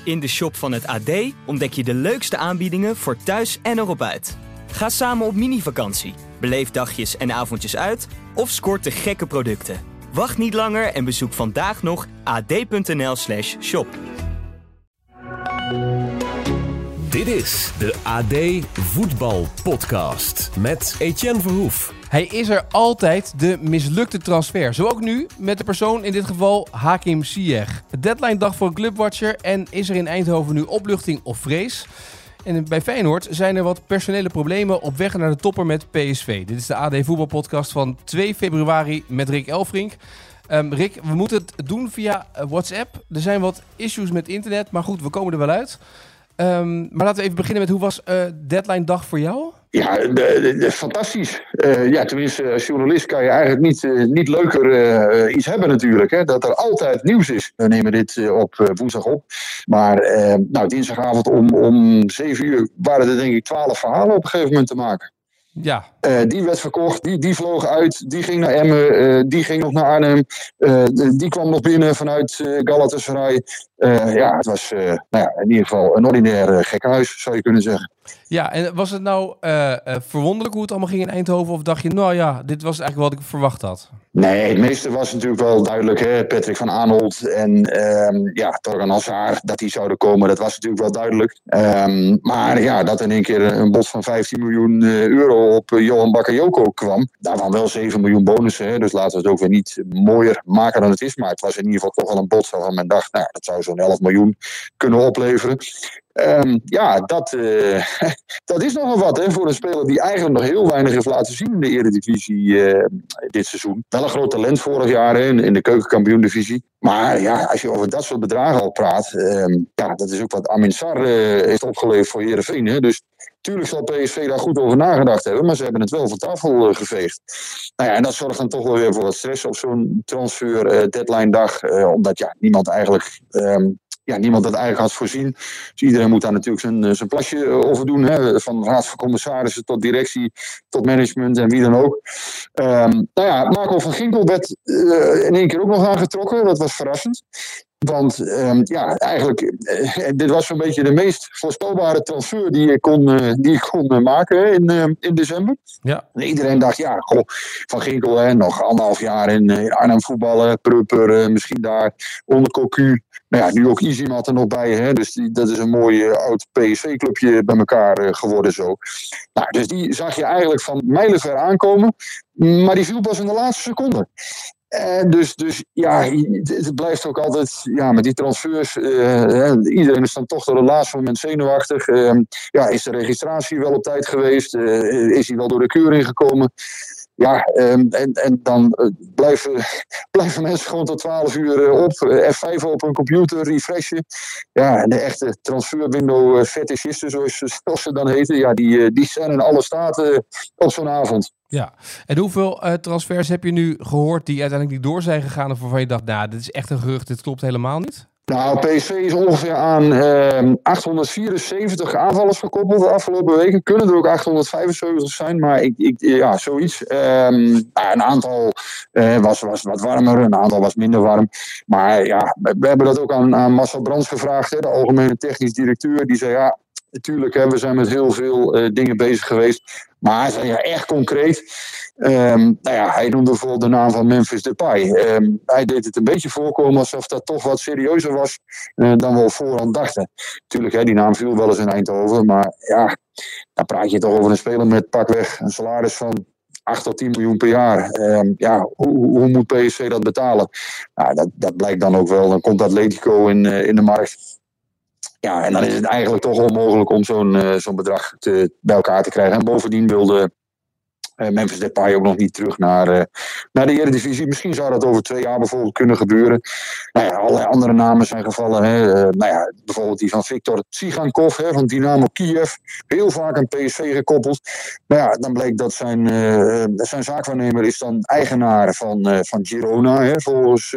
In de shop van het AD ontdek je de leukste aanbiedingen voor thuis en erop uit. Ga samen op mini-vakantie, beleef dagjes en avondjes uit of scoort de gekke producten. Wacht niet langer en bezoek vandaag nog ad.nl/shop. Dit is de AD Voetbal Podcast met Etienne Verhoef. Hij is er altijd, de mislukte transfer. Zo ook nu, met de persoon in dit geval Hakim Ziyech. Deadline dag voor Clubwatcher en is er in Eindhoven nu opluchting of vrees? En bij Feyenoord zijn er wat personele problemen op weg naar de topper met PSV. Dit is de AD Voetbal Podcast van 2 februari met Rick Elfrink. Rick, we moeten het doen via WhatsApp. Er zijn wat issues met internet, maar goed, we komen er wel uit. Maar laten we even beginnen met hoe was deadline dag voor jou? Ja, fantastisch. Tenminste, als journalist kan je eigenlijk niet leuker iets hebben natuurlijk. Hè? Dat er altijd nieuws is. We nemen dit op woensdag op. Maar dinsdagavond om 7 uur waren er denk ik 12 verhalen op een gegeven moment te maken. Ja. Die werd verkocht, die vloog uit, die ging naar Emmen, die ging nog naar Arnhem. Die kwam nog binnen vanuit Galatasaray. Het was in ieder geval een ordinair gekkenhuis, zou je kunnen zeggen. Ja, en was het nou verwonderlijk hoe het allemaal ging in Eindhoven? Of dacht je, dit was eigenlijk wat ik verwacht had? Nee, het meeste was natuurlijk wel duidelijk. Hè? Patrick van Aanholt en Torgan Hazard, dat die zouden komen. Dat was natuurlijk wel duidelijk. Maar dat in één keer een bod van 15 miljoen euro op Johan Bakayoko kwam. Daarvan wel 7 miljoen bonussen. Hè? Dus laten we het ook weer niet mooier maken dan het is. Maar het was in ieder geval toch wel een bod waarvan men dacht, dat zou zo'n 11 miljoen kunnen opleveren. Dat is nogal wat voor een speler die eigenlijk nog heel weinig heeft laten zien in de Eredivisie dit seizoen. Wel een groot talent vorig jaar in de keukenkampioen-divisie. Maar als je over dat soort bedragen al praat, dat is ook wat Amin Sarr heeft opgeleverd voor Heerenveen. Hè? Dus tuurlijk zal PSV daar goed over nagedacht hebben, maar ze hebben het wel van tafel geveegd. En dat zorgt dan toch wel weer voor wat stress op zo'n transfer deadline dag, omdat niemand eigenlijk... niemand dat eigenlijk had voorzien. Dus iedereen moet daar natuurlijk zijn plasje over doen. Hè? Van raad van commissarissen tot directie, tot management en wie dan ook. Marco van Ginkel werd in één keer ook nog aangetrokken. Dat was verrassend. Want dit was zo'n beetje de meest voorspelbare transfer die ik kon maken in december. Ja. En iedereen dacht, Van Ginkel nog 1,5 jaar in Arnhem voetballen. Prupper misschien daar onder Cocu. Nu ook Izimat er nog bij. Hè? Dus dat is een mooi oud PSV-clubje bij elkaar geworden zo. Dus die zag je eigenlijk van mijlenver aankomen. Maar die viel pas in de laatste seconde. Het blijft ook altijd, met die transfers, iedereen is dan toch tot het laatste moment zenuwachtig. Is de registratie wel op tijd geweest? Is hij wel door de keuring gekomen? En dan blijven mensen gewoon tot 12 uur op. F5 op een computer, refreshen. En de echte transferwindow fetishisten, zoals ze dan heten, die zijn in alle staten op zo'n avond. Ja, en hoeveel transfers heb je nu gehoord die uiteindelijk niet door zijn gegaan of waarvan je dacht, dit is echt een gerucht, dit klopt helemaal niet? PSV is ongeveer aan 874 aanvallers gekoppeld de afgelopen weken. Kunnen er ook 875 zijn, maar zoiets. Een aantal was wat warmer, een aantal was minder warm. Maar we hebben dat ook aan Marcel Brands gevraagd, de algemene technisch directeur. Die zei, natuurlijk, we zijn met heel veel dingen bezig geweest. Maar echt concreet. Hij noemde bijvoorbeeld de naam van Memphis Depay. Hij deed het een beetje voorkomen alsof dat toch wat serieuzer was dan we op voorhand dachten. Tuurlijk, die naam viel wel eens in Eindhoven. Maar dan praat je toch over een speler met pakweg een salaris van 8 tot 10 miljoen per jaar. Hoe moet PSV dat betalen? Dat blijkt dan ook wel. Dan komt Atletico in de markt. En dan is het eigenlijk toch onmogelijk om zo'n bedrag bij elkaar te krijgen. En bovendien wilde Memphis Depay ook nog niet terug naar de Eredivisie. Misschien zou dat over 2 jaar bijvoorbeeld kunnen gebeuren. Allerlei andere namen zijn gevallen. Bijvoorbeeld die van Viktor Tsigankov van Dynamo Kiev. Heel vaak aan PSV gekoppeld. Dan bleek dat zijn zaakwaarnemer is dan eigenaar van Girona. Volgens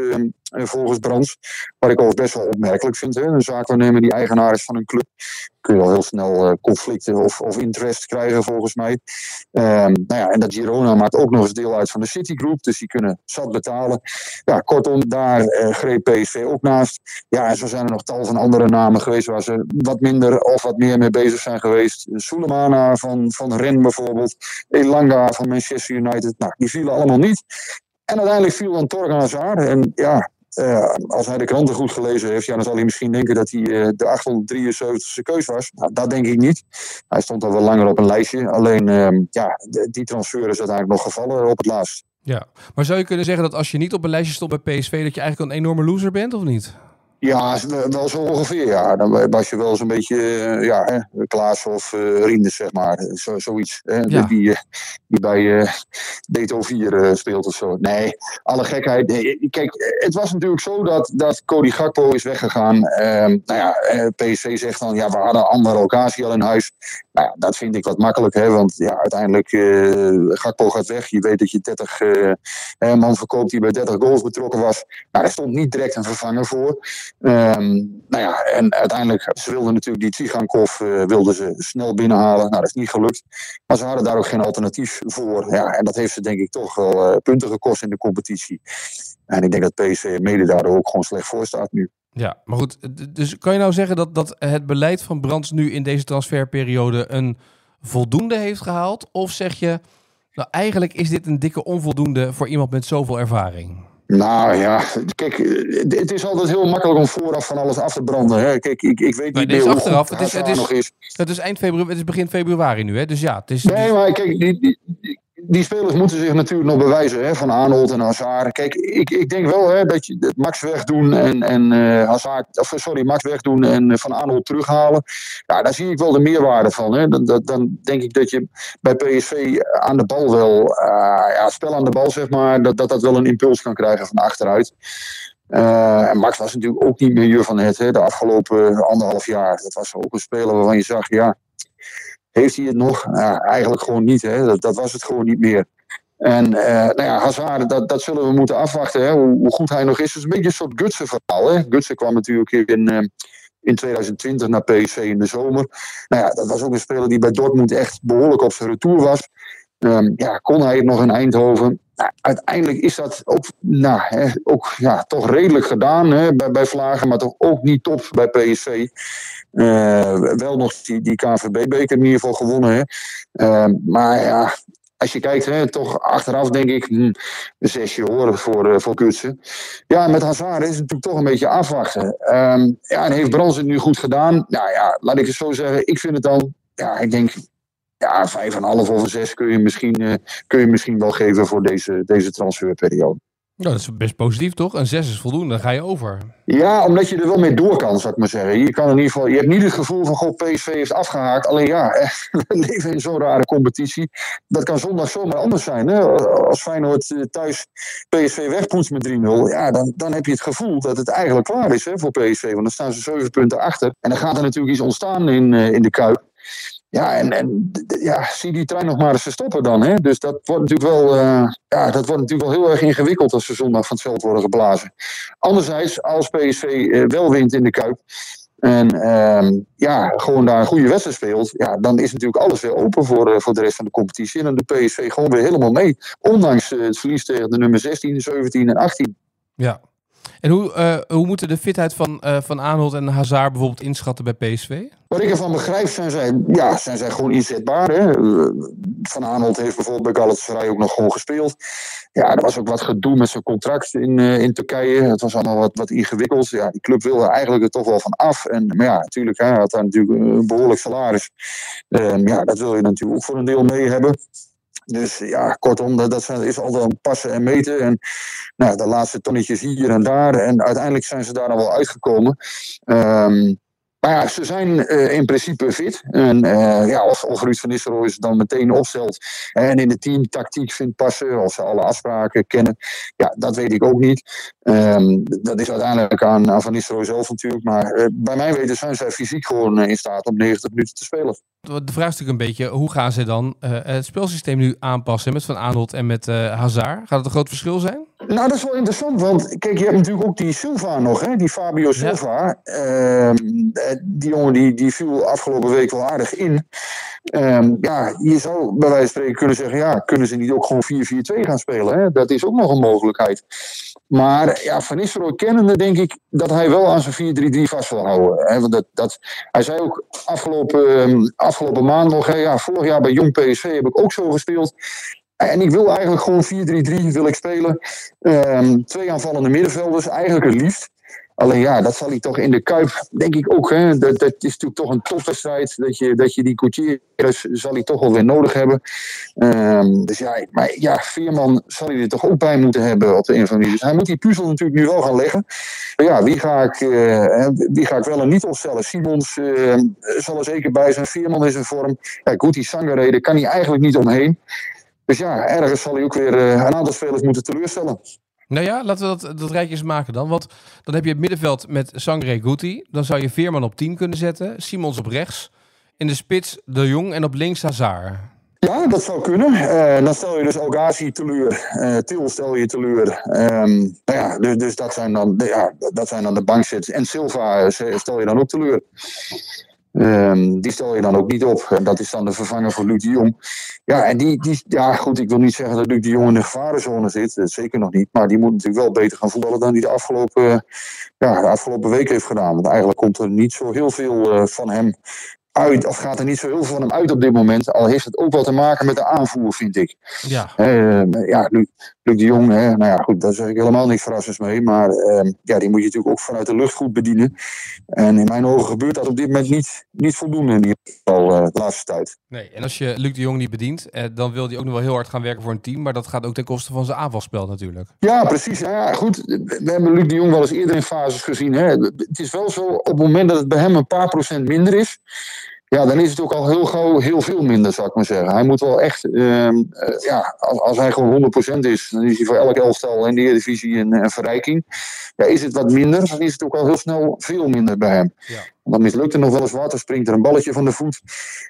volgens Brands. Wat ik ook best wel opmerkelijk vind. Hè? Een zaakwaarnemer die eigenaar is van een club. Kun je al heel snel conflicten of interest krijgen volgens mij. En dat Girona maakt ook nog eens deel uit van de Citigroup. Dus die kunnen zat betalen. Ja, kortom, daar greep PSV ook naast. Ja, en zo zijn er nog tal van andere namen geweest waar ze wat minder of wat meer mee bezig zijn geweest. Soulemana van Rennes bijvoorbeeld. Elanga van Manchester United. Nou, die vielen allemaal niet. En uiteindelijk viel dan Torgan Hazard. En ja, als hij de kranten goed gelezen heeft, dan zal hij misschien denken dat hij de 873ste keus was. Nou, dat denk ik niet. Hij stond al wel langer op een lijstje. Alleen, die transfer is uiteindelijk nog gevallen op het laatst. Ja, maar zou je kunnen zeggen dat als je niet op een lijstje stond bij PSV, dat je eigenlijk een enorme loser bent, of niet? Ja, wel zo ongeveer, ja. Dan was je wel zo'n beetje, Klaas of Rienders, zeg maar. Zoiets. Ja. Die bij Beto 4 speelt of zo. Nee, alle gekheid. Nee. Kijk, het was natuurlijk zo dat Cody Gakpo is weggegaan. PSV zegt dan, we hadden een andere locatie al in huis. Nou ja, dat vind ik wat makkelijk, hè. Want ja, uiteindelijk, Gakpo gaat weg. Je weet dat je 30 man verkoopt die bij 30 goals betrokken was. Nou, daar stond niet direct een vervanger voor. En uiteindelijk, ze wilden natuurlijk die Tsigankov wilden ze snel binnenhalen. Nou, dat is niet gelukt. Maar ze hadden daar ook geen alternatief voor. Ja, en dat heeft ze denk ik toch wel punten gekost in de competitie. En ik denk dat PSV mede daardoor ook gewoon slecht voor staat nu. Ja, maar goed. Dus kan je nou zeggen dat het beleid van Brands nu in deze transferperiode een voldoende heeft gehaald? Of zeg je, nou eigenlijk is dit een dikke onvoldoende voor iemand met zoveel ervaring? Nou ja, kijk, het is altijd heel makkelijk om vooraf van alles af te branden. Hè. Kijk, ik weet niet meer hoe achteraf. het nog is. Het is eind februari, het is begin februari nu, hè? Dus ja, het is. Nee, maar kijk, die spelers moeten zich natuurlijk nog bewijzen, hè, van Arnold en Hazard. Kijk, ik denk wel, hè, dat je Max wegdoen Max wegdoen en Van Arnold terughalen. Ja, daar zie ik wel de meerwaarde van. Hè. Dan denk ik dat je bij PSV aan de bal wel, spel aan de bal zeg maar, dat wel een impuls kan krijgen van achteruit. En Max was natuurlijk ook niet meer juf van het, hè, de afgelopen 1,5 jaar. Dat was ook een speler waarvan je zag, heeft hij het nog? Eigenlijk gewoon niet. Hè? Dat was het gewoon niet meer. En Hazard, dat zullen we moeten afwachten. Hè? Hoe goed hij nog is. Het is een beetje een soort Gutsen verhaal. Hè? Gutsen kwam natuurlijk in 2020 naar PSV in de zomer. Nou ja, dat was ook een speler die bij Dortmund echt behoorlijk op zijn retour was. Kon hij het nog in Eindhoven? Nou, uiteindelijk is dat ook toch redelijk gedaan, hè, bij Vlagen, maar toch ook niet top bij PSV. Wel nog die KNVB-beker in ieder geval gewonnen. Hè. Maar ja, als je kijkt, hè, toch achteraf denk ik, een 6 hoor voor Gutsen. Ja, met Hazard is het natuurlijk toch een beetje afwachten. En heeft Brands het nu goed gedaan? Nou ja, laat ik het zo zeggen. Ik vind het dan, ik denk, 5,5 of een 6 kun je misschien wel geven voor deze transferperiode. Nou, dat is best positief, toch? Een 6 is voldoende, dan ga je over. Ja, omdat je er wel mee door kan, zou ik maar zeggen. Je hebt niet het gevoel van, PSV heeft afgehaakt. Alleen we leven in zo'n rare competitie. Dat kan zondag zomaar anders zijn. Hè? Als Feyenoord thuis PSV wegpoetst met 3-0. Ja, dan heb je het gevoel dat het eigenlijk klaar is, hè, voor PSV. Want dan staan ze 7 punten achter. En dan gaat er natuurlijk iets ontstaan in de Kuip. Ja, en zie die trein nog maar eens verstoppen dan. Hè? Dus dat wordt natuurlijk wel heel erg ingewikkeld als ze zondag van het veld worden geblazen. Anderzijds, als PSV wel wint in de Kuip en gewoon daar een goede wedstrijd speelt, dan is natuurlijk alles weer open voor de rest van de competitie. En dan doet PSV gewoon weer helemaal mee. Ondanks het verlies tegen de nummer 16, 17 en 18. Ja. En hoe moeten de fitheid van Arnold en Hazard bijvoorbeeld inschatten bij PSV? Wat ik ervan begrijp, zijn zij gewoon inzetbaar. Hè? Van Arnold heeft bijvoorbeeld bij Galatasaray ook nog gewoon gespeeld. Ja, er was ook wat gedoe met zijn contract in Turkije. Het was allemaal wat ingewikkeld. Ja, die club wilde eigenlijk er toch wel van af. Maar ja, natuurlijk, hij had daar natuurlijk een behoorlijk salaris. Dat wil je natuurlijk ook voor een deel mee hebben. Dus kortom, dat is altijd een passen en meten. En de laatste tonnetjes hier en daar. En uiteindelijk zijn ze daar dan wel uitgekomen. Maar ze zijn in principe fit. En of Ruud van Nistelrooy ze dan meteen opstelt en in de teamtactiek vindt passen, of ze alle afspraken kennen, dat weet ik ook niet. Dat is uiteindelijk aan Van Nistelrooy zelf natuurlijk. Maar bij mijn weten zijn zij fysiek gewoon in staat om 90 minuten te spelen. De vraag is natuurlijk een beetje, hoe gaan ze dan het spelsysteem nu aanpassen met Van Arnold en met Hazard? Gaat het een groot verschil zijn? Nou, dat is wel interessant, want kijk, je hebt natuurlijk ook die Silva nog, hè? Die Fabio Silva. Ja. Die jongen die viel afgelopen week wel aardig in. Je zou bij wijze van spreken kunnen zeggen, ja, kunnen ze niet ook gewoon 4-4-2 gaan spelen? Hè? Dat is ook nog een mogelijkheid. Maar ja, Van Nistelrooy kennende denk ik dat hij wel aan zijn 4-3-3 vast wil houden. Hè? Want hij zei ook afgelopen maand nog, vorig jaar bij Jong PSV heb ik ook zo gespeeld. En ik wil eigenlijk gewoon 4-3-3 wil ik spelen. 2 aanvallende middenvelders, eigenlijk het liefst. Alleen ja, dat zal hij toch in de Kuip, denk ik ook. Hè? Dat is natuurlijk toch een topwedstrijd. Dat je die Gutierrez zal hij toch wel weer nodig hebben. Veerman zal hij er toch ook bij moeten hebben op de een of andere manier. Dus hij moet die puzzel natuurlijk nu wel gaan leggen. Maar ja, wie ga ik wel en niet opstellen? Simons zal er zeker bij zijn. Veerman is in vorm. Ja, Guti Sangaré, daar kan hij eigenlijk niet omheen. Dus ja, ergens zal hij ook weer een aantal spelers moeten teleurstellen. Nou ja, laten we dat rijtje eens maken dan. Want dan heb je het middenveld met Sangaré, Guti. Dan zou je Veerman op 10 kunnen zetten. Simons op rechts. In de spits De Jong en op links Hazard. Ja, dat zou kunnen. Dan stel je dus El Ghazi teleur. Til stel je teleur. Dus dat zijn dan de bankzits. En Silva stel je dan ook teleur. Die stel je dan ook niet op. En dat is dan de vervanger voor Luc de Jong. Ja, en goed, ik wil niet zeggen dat Luc de Jong in de gevarenzone zit. Dat zeker nog niet. Maar die moet natuurlijk wel beter gaan voetballen dan die de afgelopen week heeft gedaan. Want eigenlijk komt er niet zo heel veel van hem uit, of gaat er niet zo heel veel van hem uit op dit moment. Al heeft het ook wel te maken met de aanvoer, vind ik. Ja. Luc de Jong, goed, daar zeg ik helemaal niks verrassends mee. Maar die moet je natuurlijk ook vanuit de lucht goed bedienen. En in mijn ogen gebeurt dat op dit moment niet voldoende in ieder geval de laatste tijd. Nee, en als je Luc de Jong niet bedient, dan wil hij ook nog wel heel hard gaan werken voor een team. Maar dat gaat ook ten koste van zijn aanvalspel natuurlijk. Ja, precies. Ja, goed, we hebben Luc de Jong wel eens eerder in fases gezien. Hè. Het is wel zo, op het moment dat het bij hem een paar procent minder is, ja, dan is het ook al heel gauw heel veel minder, zou ik maar zeggen. Hij moet wel echt, als hij gewoon 100% is, dan is hij voor elk elftal in de Eredivisie een verrijking. Ja, is het wat minder, dan is het ook al heel snel veel minder bij hem. Ja. Dan mislukt er nog wel eens wat, dan springt er een balletje van de voet.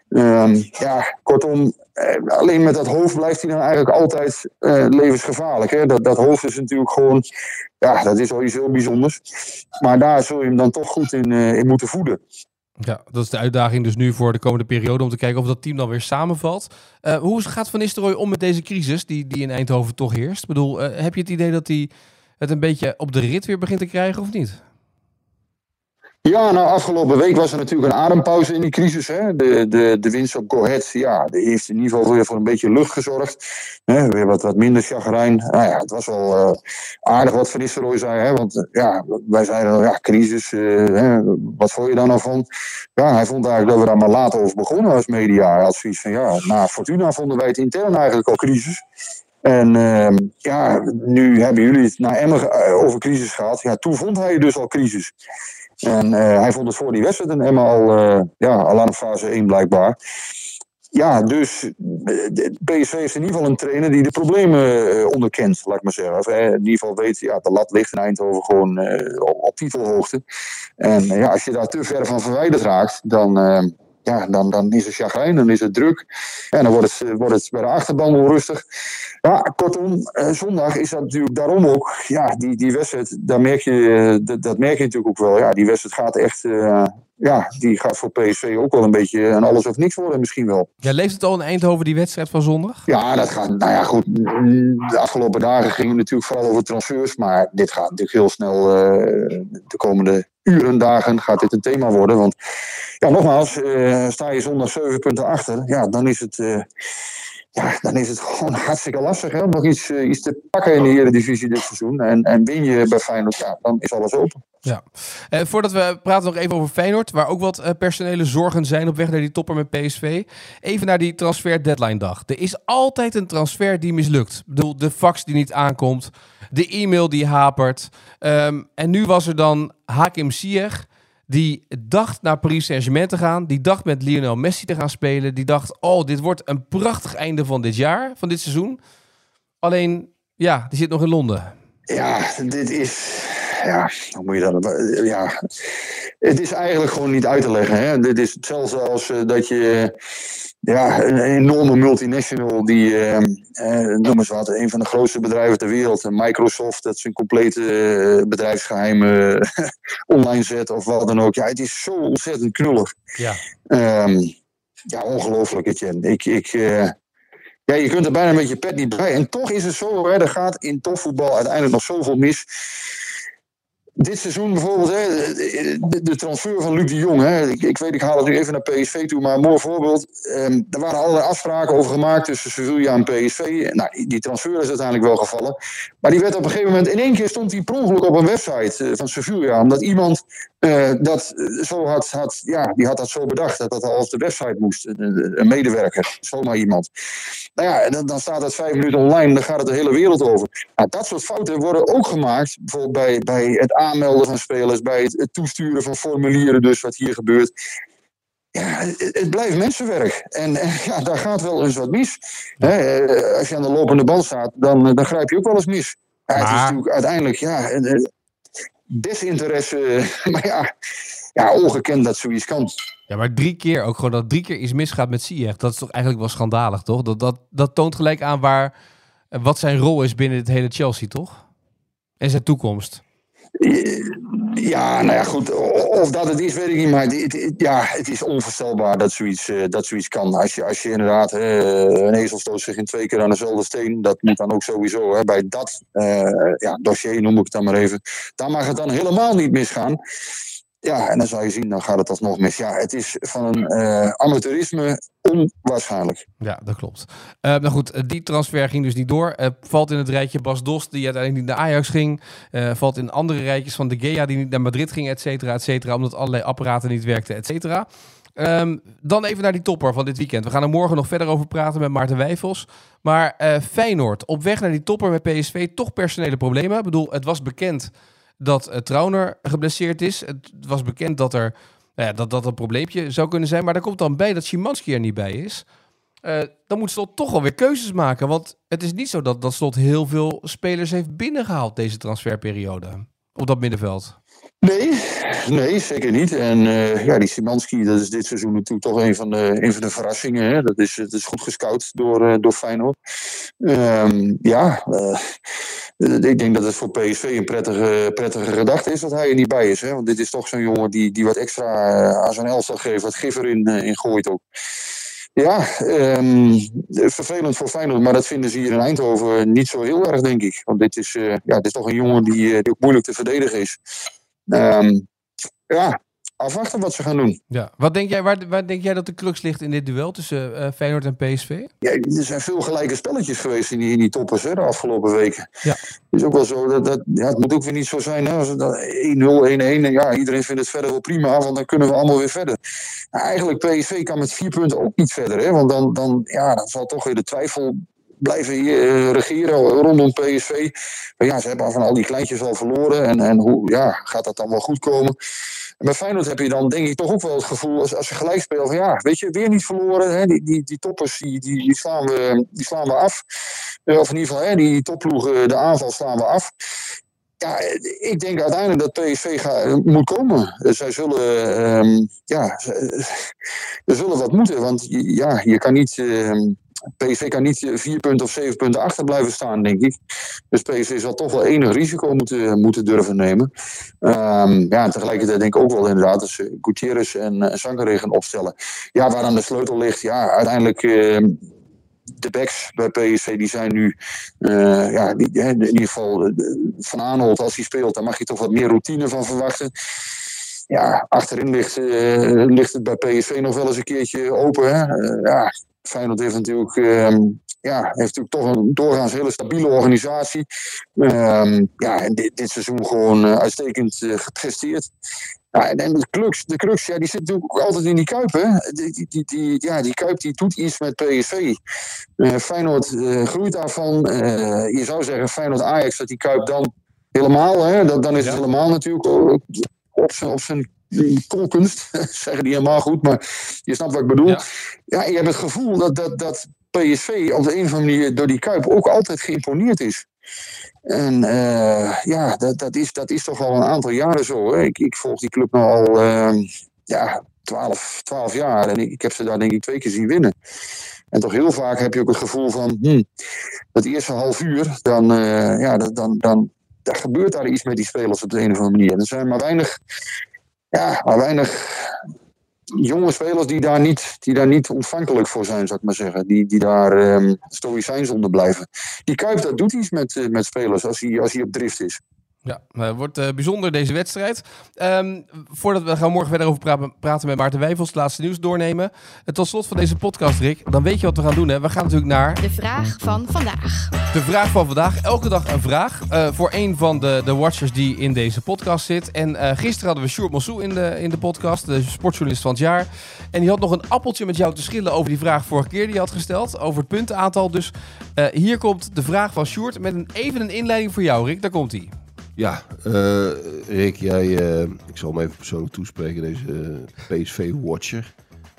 Kortom, alleen met dat hoofd blijft hij dan eigenlijk altijd levensgevaarlijk. Hè? Dat hoofd is natuurlijk gewoon, dat is al iets heel bijzonders. Maar daar zul je hem dan toch goed in moeten voeden. Ja, dat is de uitdaging dus nu voor de komende periode om te kijken of dat team dan weer samenvalt. Hoe gaat Van Nistelrooy om met deze crisis die in Eindhoven toch heerst? Ik bedoel, heb je het idee dat hij het een beetje op de rit weer begint te krijgen of niet? Ja, nou, afgelopen week was er natuurlijk een adempauze in die crisis. Hè. De winst op Go Ahead, die heeft in ieder geval weer voor een beetje lucht gezorgd. Weer wat minder chagrijn. Nou ja, het was wel aardig wat Van Nistelrooy zei. Hè, want wij zeiden, crisis, wat vond je daar nou van? Ja, hij vond eigenlijk dat we daar maar later over begonnen als media. Hij had zoiets van, na Fortuna vonden wij het intern eigenlijk al crisis. En nu hebben jullie het naar Emmen over crisis gehad. Ja, toen vond hij dus al crisis. En hij vond het voor die wedstrijd in Emmen al aan fase 1 blijkbaar. Ja, dus PSV heeft in ieder geval een trainer die de problemen onderkent, laat ik maar zeggen. Of in ieder geval weet, de lat ligt in Eindhoven gewoon op titelhoogte. En als je daar te ver van verwijderd raakt, dan is het chagrijn, dan is het druk. En dan wordt het bij de achterban onrustig. Ja, kortom, zondag is dat natuurlijk daarom ook. Ja, die wedstrijd, dat merk je natuurlijk ook wel. Ja, die wedstrijd gaat echt, die gaat voor PSV ook wel een beetje een alles of niks worden misschien wel. Ja, leeft het al in Eindhoven, die wedstrijd van zondag? Ja, dat gaat, goed. De afgelopen dagen ging het natuurlijk vooral over transfers. Maar dit gaat natuurlijk heel snel de komende uren, dagen gaat dit een thema worden. Want nogmaals, sta je zondag 7 punten achter, dan is het gewoon hartstikke lastig, hè, om nog iets te pakken in de Eredivisie dit seizoen. En win je bij Feyenoord, dan is alles open. Ja. Voordat we praten nog even over Feyenoord, waar ook wat personele zorgen zijn op weg naar die topper met PSV. Even naar die transfer deadline dag. Er is altijd een transfer die mislukt. Ik bedoel, de fax die niet aankomt, de e-mail die hapert. En nu was er dan Hakim Ziyech, die dacht naar Paris Saint-Germain te gaan. Die dacht met Lionel Messi te gaan spelen. Die dacht, dit wordt een prachtig einde van dit jaar, van dit seizoen. Alleen, die zit nog in Londen. Ja, dit is... Ja, hoe moet je dat... Ja, het is eigenlijk gewoon niet uit te leggen. Hè? Dit is hetzelfde als dat je... een enorme multinational die, noem eens wat, een van de grootste bedrijven ter wereld, Microsoft, dat zijn complete bedrijfsgeheimen online zet of wat dan ook. Ja, het is zo ontzettend knullig. Ja, ongelooflijk, Etienne. Je kunt er bijna met je pet niet bij. En toch is het zo, hè, er gaat in topvoetbal uiteindelijk nog zoveel mis. Dit seizoen bijvoorbeeld, de transfer van Luc de Jong. Hè, ik weet, ik haal het nu even naar PSV toe, maar een mooi voorbeeld. Er waren allerlei afspraken over gemaakt tussen Sevilla en PSV. Nou, die transfer is uiteindelijk wel gevallen. Maar die werd op een gegeven moment, in één keer stond die per ongeluk op een website van Sevilla. Omdat iemand dat zo die had dat zo bedacht, dat dat al op de website moest. Een medewerker, zomaar iemand. Nou ja, en dan staat het 5 minuten online, dan gaat het de hele wereld over. Nou, dat soort fouten worden ook gemaakt, bijvoorbeeld bij het aanmelden van spelers, bij het toesturen van formulieren, dus wat hier gebeurt. Ja, het blijft mensenwerk. En daar gaat wel eens wat mis. Als je aan de lopende band staat, dan grijp je ook wel eens mis. Ja, het is natuurlijk uiteindelijk desinteresse, maar ongekend dat zoiets kan. Ja, maar 3 keer ook gewoon dat 3 keer iets misgaat met Ziyech, dat is toch eigenlijk wel schandalig, toch? Dat toont gelijk aan wat zijn rol is binnen het hele Chelsea, toch? En zijn toekomst. Ja, nou ja, goed. Of dat het is, weet ik niet. Maar het is onvoorstelbaar dat zoiets kan. Als je inderdaad een ezel stoot zich in 2 keer aan dezelfde steen. Dat moet dan ook sowieso. Bij dat dossier, noem ik het dan maar even. Daar mag het dan helemaal niet misgaan. Ja, en dan zal je zien, dan gaat het alsnog mis. Ja, het is van een amateurisme onwaarschijnlijk. Ja, dat klopt. Nou goed, die transfer ging dus niet door. Valt in het rijtje Bas Dost, die uiteindelijk niet naar Ajax ging. Valt in andere rijtjes van De Gea, die niet naar Madrid ging, et cetera, omdat allerlei apparaten niet werkten, et cetera. Dan even naar die topper van dit weekend. We gaan er morgen nog verder over praten met Maarten Wijfels. Maar Feyenoord, op weg naar die topper met PSV, toch personele problemen. Ik bedoel, het was bekend dat Trauner geblesseerd is. Het was bekend dat dat een probleempje zou kunnen zijn. Maar daar komt dan bij dat Szymanski er niet bij is. Dan moet Slot toch alweer keuzes maken. Want het is niet zo dat Slot heel veel spelers heeft binnengehaald deze transferperiode. Op dat middenveld. Nee, zeker niet. En die Szymanski, dat is dit seizoen natuurlijk toch een van de verrassingen. Hè? Dat is goed gescout door Feyenoord. Ik denk dat het voor PSV een prettige gedachte is dat hij er niet bij is. Hè? Want dit is toch zo'n jongen die wat extra aan zijn elftal geeft, wat gif erin gooit ook. Ja, vervelend voor Feyenoord, maar dat vinden ze hier in Eindhoven niet zo heel erg, denk ik. Want dit is toch een jongen die ook moeilijk te verdedigen is. Afwachten wat ze gaan doen. Ja. Wat denk jij, waar denk jij dat de crux ligt in dit duel tussen Feyenoord en PSV? Ja, er zijn veel gelijke spelletjes geweest in die toppers de afgelopen weken. Ja. Het is ook wel zo, het moet ook weer niet zo zijn. Hè, als het 1-0, 1-1, ja, iedereen vindt het verder wel prima, want dan kunnen we allemaal weer verder. Nou, eigenlijk PSV kan met 4 punten ook niet verder. Hè, want dan zal toch weer de twijfel blijven regeren rondom PSV. Maar ja, ze hebben van al die kleintjes al verloren. En hoe gaat dat dan wel goed komen? En bij Feyenoord heb je dan denk ik toch ook wel het gevoel, als je gelijk speelt, van weet je, weer niet verloren. Hè? Die toppers, die slaan we af. Of in ieder geval, die topploegen, de aanval slaan we af. Ja, ik denk uiteindelijk dat PSV moet komen. Zij zullen, er zullen wat moeten, want je kan niet... PSV kan niet 4 punten of 7 punten achter blijven staan, denk ik. Dus PSV zal toch wel enig risico moeten durven nemen. En tegelijkertijd denk ik ook wel inderdaad dat ze Gutierrez en Sangaré gaan opstellen. Ja, waar dan de sleutel ligt, uiteindelijk... de backs bij PSV die zijn nu, in ieder geval Van Aanholt, als hij speelt, daar mag je toch wat meer routine van verwachten. Ja, achterin ligt het bij PSV nog wel eens een keertje open. Hè? Feyenoord heeft natuurlijk toch een doorgaans hele stabiele organisatie. En dit seizoen gewoon uitstekend gepresteerd. Ja, en de crux, die zit natuurlijk ook altijd in die Kuip. Hè? Die Kuip die doet iets met PSV. Feyenoord groeit daarvan. Je zou zeggen Feyenoord-Ajax, dat die Kuip dan helemaal... Hè? Dan is het helemaal natuurlijk op zijn koolkunst. Zeggen die helemaal goed, maar je snapt wat ik bedoel. Ja, je hebt het gevoel dat PSV op de een of andere manier door die Kuip ook altijd geïmponeerd is. En dat is toch al een aantal jaren zo. Hè? Ik volg die club nou al 12 jaar. En ik heb ze daar denk ik 2 keer zien winnen. En toch heel vaak heb je ook het gevoel van... dat eerste half uur, dan gebeurt daar iets met die spelers op de een of andere manier. Er zijn maar weinig jonge spelers die daar niet ontvankelijk voor zijn, zou ik maar zeggen. Die daar stoïcijns onder blijven. Die Cuyp, dat doet iets met spelers als hij op drift is. Ja, het wordt bijzonder deze wedstrijd. Voordat we gaan morgen verder over praten met Maarten Wijfels, het laatste nieuws doornemen. En tot slot van deze podcast, Rick, dan weet je wat we gaan doen. Hè? We gaan natuurlijk naar... De vraag van vandaag. De vraag van vandaag. Elke dag een vraag voor een van de watchers die in deze podcast zit. En gisteren hadden we Sjoerd Mossou in de podcast, de sportjournalist van het jaar. En die had nog een appeltje met jou te schillen over die vraag vorige keer die je had gesteld. Over het puntenaantal. Dus hier komt de vraag van Sjoerd met even een inleiding voor jou, Rick. Daar komt hij. Ja, Rick, jij, ik zal hem even persoonlijk toespreken, deze PSV-watcher.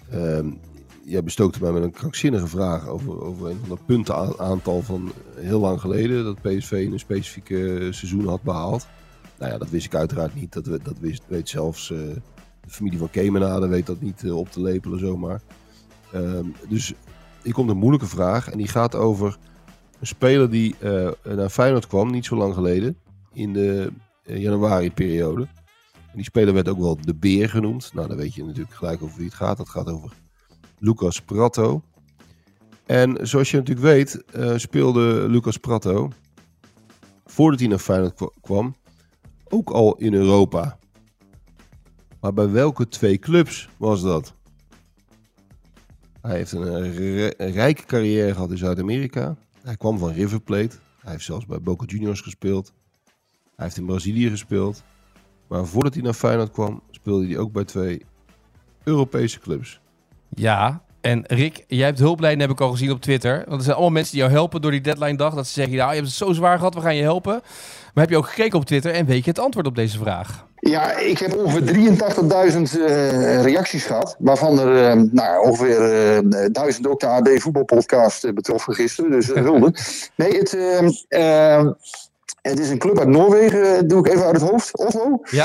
Jij bestookte mij met een krankzinnige vraag over een van de puntenaantal van heel lang geleden. Dat PSV in een specifieke seizoen had behaald. Nou ja, dat wist ik uiteraard niet. Dat weet zelfs de familie van Kemenade weet dat niet op te lepelen zomaar. Dus hier komt een moeilijke vraag en die gaat over een speler die naar Feyenoord kwam, niet zo lang geleden. In de januari-periode. En die speler werd ook wel de Beer genoemd. Nou, dan weet je natuurlijk gelijk over wie het gaat. Dat gaat over Lucas Pratto. En zoals je natuurlijk weet, speelde Lucas Pratto, voordat hij naar Feyenoord kwam, ook al in Europa. Maar bij welke 2 clubs was dat? Hij heeft een rijke carrière gehad in Zuid-Amerika. Hij kwam van River Plate. Hij heeft zelfs bij Boca Juniors gespeeld. Hij heeft in Brazilië gespeeld. Maar voordat hij naar Feyenoord kwam, speelde hij ook bij 2 Europese clubs. Ja, en Rick, jij hebt hulplijnen, heb ik al gezien op Twitter. Want er zijn allemaal mensen die jou helpen door die deadline dag. Dat ze zeggen, nou, je hebt het zo zwaar gehad, we gaan je helpen. Maar heb je ook gekeken op Twitter en weet je het antwoord op deze vraag? Ja, ik heb ongeveer 83.000 reacties gehad. Waarvan er ongeveer 1000 ook de AD voetbalpodcast betroffen gisteren. Dus hulde. Nee, het is een club uit Noorwegen, doe ik even uit het hoofd. Oslo. Ja.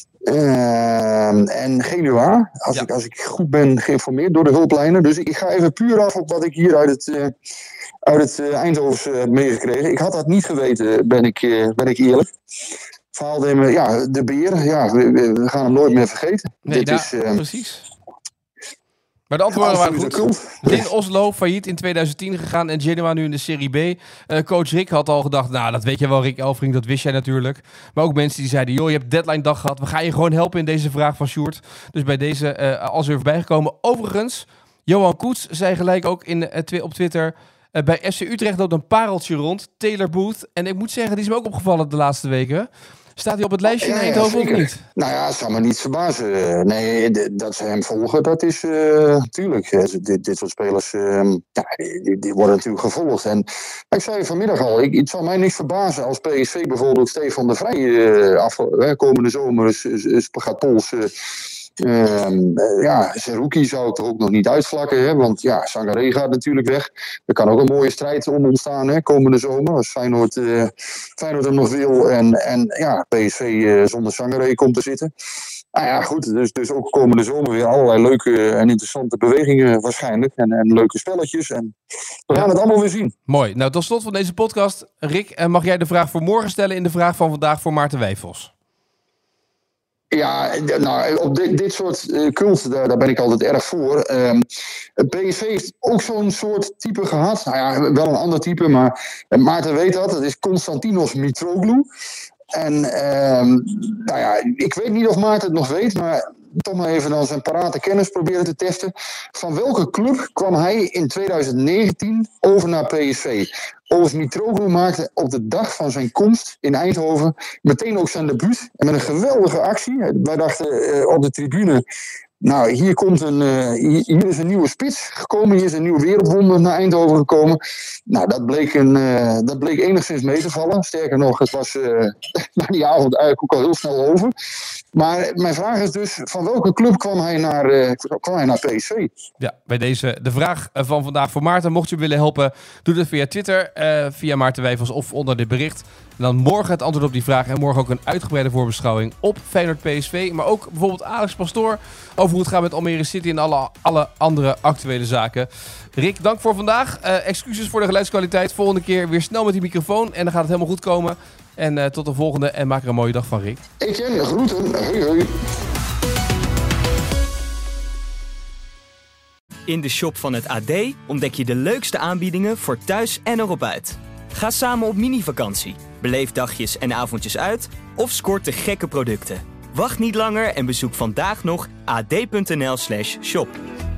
En Genua, als ik goed ben geïnformeerd door de hulplijnen. Dus ik ga even puur af op wat ik hier uit het Eindhovense heb meegekregen. Ik had dat niet geweten, ben ik eerlijk. Verhaal de Beer, we gaan hem nooit meer vergeten. Nee, precies. Maar de antwoorden waren goed. In Oslo, failliet in 2010 gegaan en Genoa nu in de Serie B. Coach Rick had al gedacht, nou dat weet je wel Rick Elfrink, dat wist jij natuurlijk. Maar ook mensen die zeiden, joh je hebt deadline dag gehad, we gaan je gewoon helpen in deze vraag van Sjoerd. Dus bij deze als weer voorbij gekomen. Overigens, Johan Koets zei gelijk ook op Twitter, bij FC Utrecht loopt een pareltje rond, Taylor Booth. En ik moet zeggen, die is me ook opgevallen de laatste weken. Staat hij op het lijstje in Eindhoven of niet? Nou ja, het zou me niet verbazen. Nee, dat ze hem volgen, dat is natuurlijk. Dit soort spelers, die worden natuurlijk gevolgd. En ik zei vanmiddag al, het zal mij niet verbazen als PSV bijvoorbeeld Stefan de Vrij komende zomer gaat polsen. Seruki zou het er ook nog niet uitvlakken, hè, want Sangaré gaat natuurlijk weg. Er kan ook een mooie strijd om ontstaan, hè, komende zomer, als Feyenoord hem nog wil en PSV zonder Sangaré komt te zitten. Nou ja, goed, dus ook komende zomer weer allerlei leuke en interessante bewegingen waarschijnlijk en leuke spelletjes en we gaan het allemaal weer zien. Mooi. Nou, tot slot van deze podcast, Rick, mag jij de vraag voor morgen stellen in de vraag van vandaag voor Maarten Wijfels? Ja, nou, op dit soort cult, daar ben ik altijd erg voor. PSV heeft ook zo'n soort type gehad. Nou ja, wel een ander type, maar Maarten weet dat. Dat is Konstantinos Mitroglou. En ik weet niet of Maarten het nog weet, maar toch maar even dan zijn parate kennis proberen te testen. Van welke club kwam hij in 2019 over naar PSV? Overigens, Mitroglou maakte op de dag van zijn komst in Eindhoven meteen ook zijn debuut. En met een geweldige actie. Wij dachten op de tribune, nou, hier is een nieuwe spits gekomen. Hier is een nieuw wereldwonder naar Eindhoven gekomen. Nou, dat bleek enigszins mee te vallen. Sterker nog, het was na die avond eigenlijk ook al heel snel over. Maar mijn vraag is dus, van welke club kwam hij naar PSV? Ja, bij deze de vraag van vandaag voor Maarten. Mocht je willen helpen, doe dat via Twitter, via Maarten Wijfels of onder dit bericht. En dan morgen het antwoord op die vraag. En morgen ook een uitgebreide voorbeschouwing op Feyenoord PSV. Maar ook bijvoorbeeld Alex Pastoor over hoe het gaat met Almere City en alle andere actuele zaken. Rick, dank voor vandaag. Excuses voor de geluidskwaliteit. Volgende keer weer snel met die microfoon. En dan gaat het helemaal goed komen. En tot de volgende. En maak er een mooie dag van, Rick. Etienne, groeten. Hoi. In de shop van het AD ontdek je de leukste aanbiedingen voor thuis en erop uit. Ga samen op mini-vakantie, beleef dagjes en avondjes uit of scoor te gekke producten. Wacht niet langer en bezoek vandaag nog ad.nl/shop.